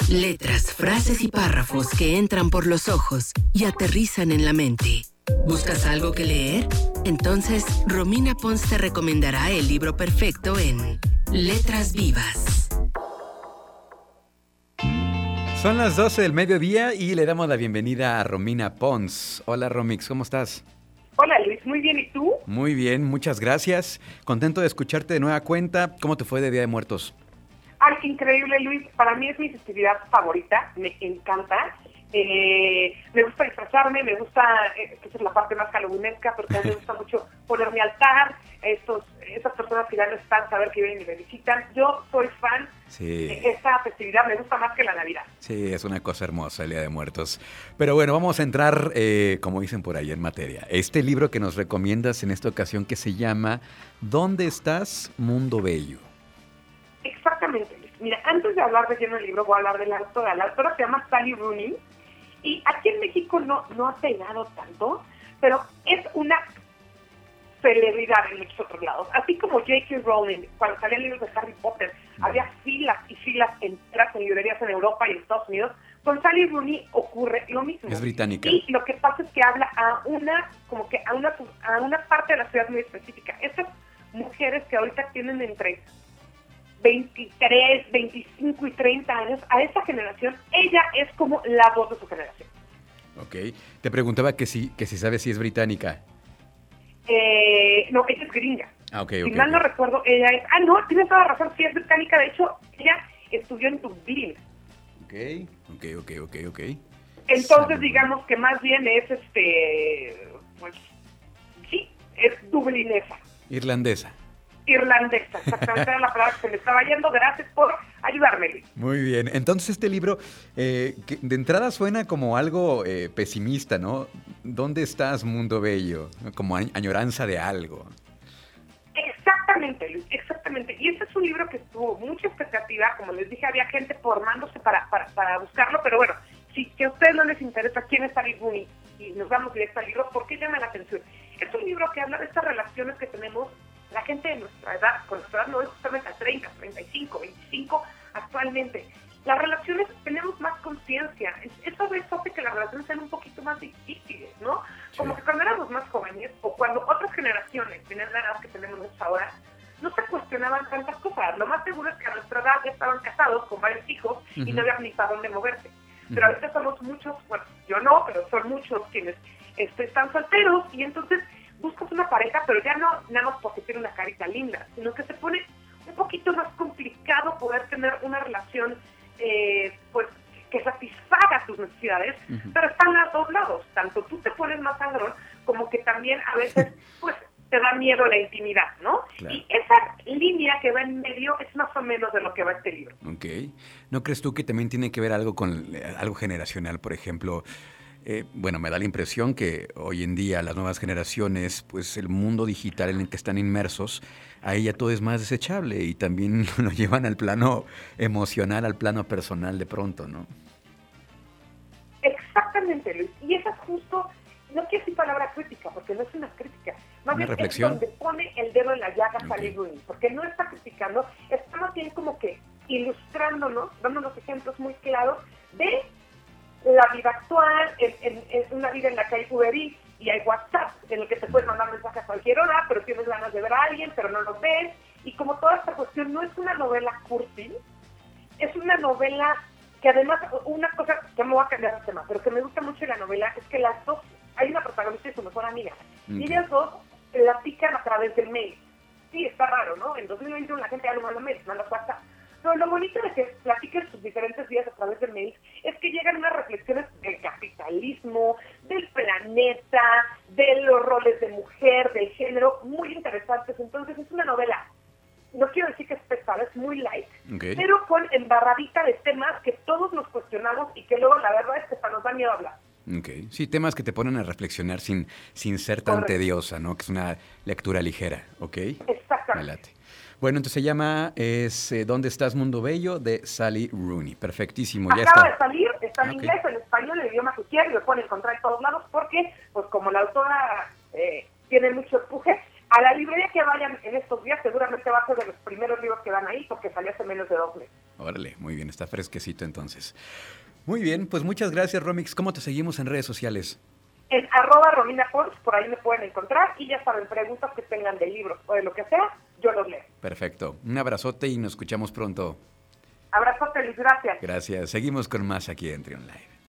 Letras, frases y párrafos que entran por los ojos y aterrizan en la mente. ¿Buscas algo que leer? Entonces, Romina Pons te recomendará el libro perfecto en Letras Vivas. Son las 12 del mediodía y le damos la bienvenida a Romina Pons. Hola Romix, ¿cómo estás? Hola Luis, muy bien, ¿y tú? Muy bien, muchas gracias. Contento de escucharte de nueva cuenta. ¿Cómo te fue de Día de Muertos? Ay, qué increíble, Luis. Para mí es mi festividad favorita, me encanta. Me gusta disfrazarme, me gusta, que es la parte más halloweenesca, pero también me gusta mucho poner mi altar, esas personas que ya no están, saber que vienen y me visitan. Yo soy fan de esta festividad, me gusta más que la Navidad. Sí, es una cosa hermosa el Día de Muertos. Pero bueno, vamos a entrar, como dicen por ahí, en materia. Este libro que nos recomiendas en esta ocasión que se llama ¿Dónde estás, Mundo Bello? Exactamente, Luis. Mira, antes de hablar de lleno del libro, voy a hablar de la autora. La autora se llama Sally Rooney. Y aquí en México no ha pegado tanto, pero es una celebridad en muchos otros lados. Así como J.K. Rowling, cuando salían libros de Harry Potter, había filas y filas enteras en librerías en Europa y en Estados Unidos. Con Sally Rooney ocurre lo mismo. Es británica. Y lo que pasa es que habla a una parte de la ciudad muy específica. Estas mujeres que ahorita tienen entre 23, 25 y 30 años, a esa generación, ella es como la voz de su generación. Ok. Te preguntaba que si sabes si es británica. No, ella es gringa. Ok. Si mal no recuerdo, ella es... no, tienes toda la razón, sí es británica. De hecho, ella estudió en Dublín. Ok. Entonces, digamos que más bien es, pues, sí, es dublinesa. Irlandesa, exactamente era la palabra que se me estaba yendo. Gracias por ayudarme. Muy bien. Entonces este libro, que de entrada suena como algo pesimista, ¿no? ¿Dónde estás, Mundo Bello? Como añoranza de algo. Exactamente, Luis, exactamente. Y este es un libro que tuvo mucha expectativa. Como les dije, había gente formándose para buscarlo, pero bueno, si a ustedes no les interesa quién es Sally Rooney y nos vamos directo al libro, ¿por qué llama la atención? Es un libro que habla de estas relaciones que tenemos la gente de nuestra edad, con nuestra edad no es justamente a 30, 35, 25 actualmente. Las relaciones tenemos más conciencia. Eso hace que las relaciones sean un poquito más difíciles, ¿no? Sí. Como que cuando éramos más jóvenes o cuando otras generaciones tenían la edad que tenemos ahora, no se cuestionaban tantas cosas. Lo más seguro es que a nuestra edad ya estaban casados con varios hijos y no habían ni para dónde moverse. Pero ahorita somos muchos, bueno, yo no, pero son muchos quienes están solteros y entonces buscas una pareja, pero ya no nada más porque tiene una carita linda, sino que se pone un poquito más complicado poder tener una relación pues que satisfaga tus necesidades, pero están a los dos lados. Tanto tú te pones más sangrón, como que también a veces pues te da miedo la intimidad, ¿no? Claro. Y esa línea que va en medio es más o menos de lo que va este libro. Ok. ¿No crees tú que también tiene que ver algo con algo generacional, por ejemplo? Bueno, me da la impresión que hoy en día las nuevas generaciones, pues el mundo digital en el que están inmersos, ahí ya todo es más desechable y también lo llevan al plano emocional, al plano personal de pronto, ¿no? Exactamente, Luis. Y esa es justo, no quiero decir palabra crítica, porque no es una crítica. Más bien reflexión. Es donde pone el dedo en la llaga Sally Rooney, porque no está criticando, está más bien como que ilustrándonos, dándonos ejemplos muy claros de la vida actual, es una vida en la que hay Uber Eats y hay WhatsApp, en el que te puedes mandar mensajes a cualquier hora, pero tienes ganas de ver a alguien, pero no lo ves. Y como toda esta cuestión no es una novela cursi, es una novela que además, una cosa que me voy a cambiar de tema, pero que me gusta mucho de la novela, es que las dos, hay una protagonista y su mejor amiga, y ellas dos platican a través del mail. Sí, está raro, ¿no? En 2021 la gente ya no manda mails, manda WhatsApp. Pero lo bonito de que platiquen sus diferentes días a través del mail es que llegan unas reflexiones del capitalismo, del planeta, de los roles de mujer, del género, muy interesantes. Entonces es una novela, no quiero decir que es pesada, es muy light, pero con embarradita de temas que todos nos cuestionamos y que luego la verdad es que hasta nos da miedo hablar. Okay. Sí, temas que te ponen a reflexionar sin ser tan tediosa, ¿no? Que es una lectura ligera, ¿ok? Exactamente. Me late. Bueno, entonces se llama ¿Dónde estás, Mundo Bello? De Sally Rooney. Perfectísimo, ya Acaba está. de salir, está en inglés, en español, el idioma que quiera, y lo pueden encontrar en todos lados porque, pues como la autora tiene mucho empuje, a la librería que vayan en estos días seguramente va a ser de los primeros libros que van ahí porque salió hace menos de 2 meses. Órale, muy bien, está fresquecito entonces. Muy bien, pues muchas gracias, Romix. ¿Cómo te seguimos en redes sociales? En @RominaPons, por ahí me pueden encontrar, y ya saben, preguntas que tengan de libros o de lo que sea, yo los leo. Perfecto. Un abrazote y nos escuchamos pronto. Abrazote, Luis, gracias. Gracias. Seguimos con más aquí en Trion Live.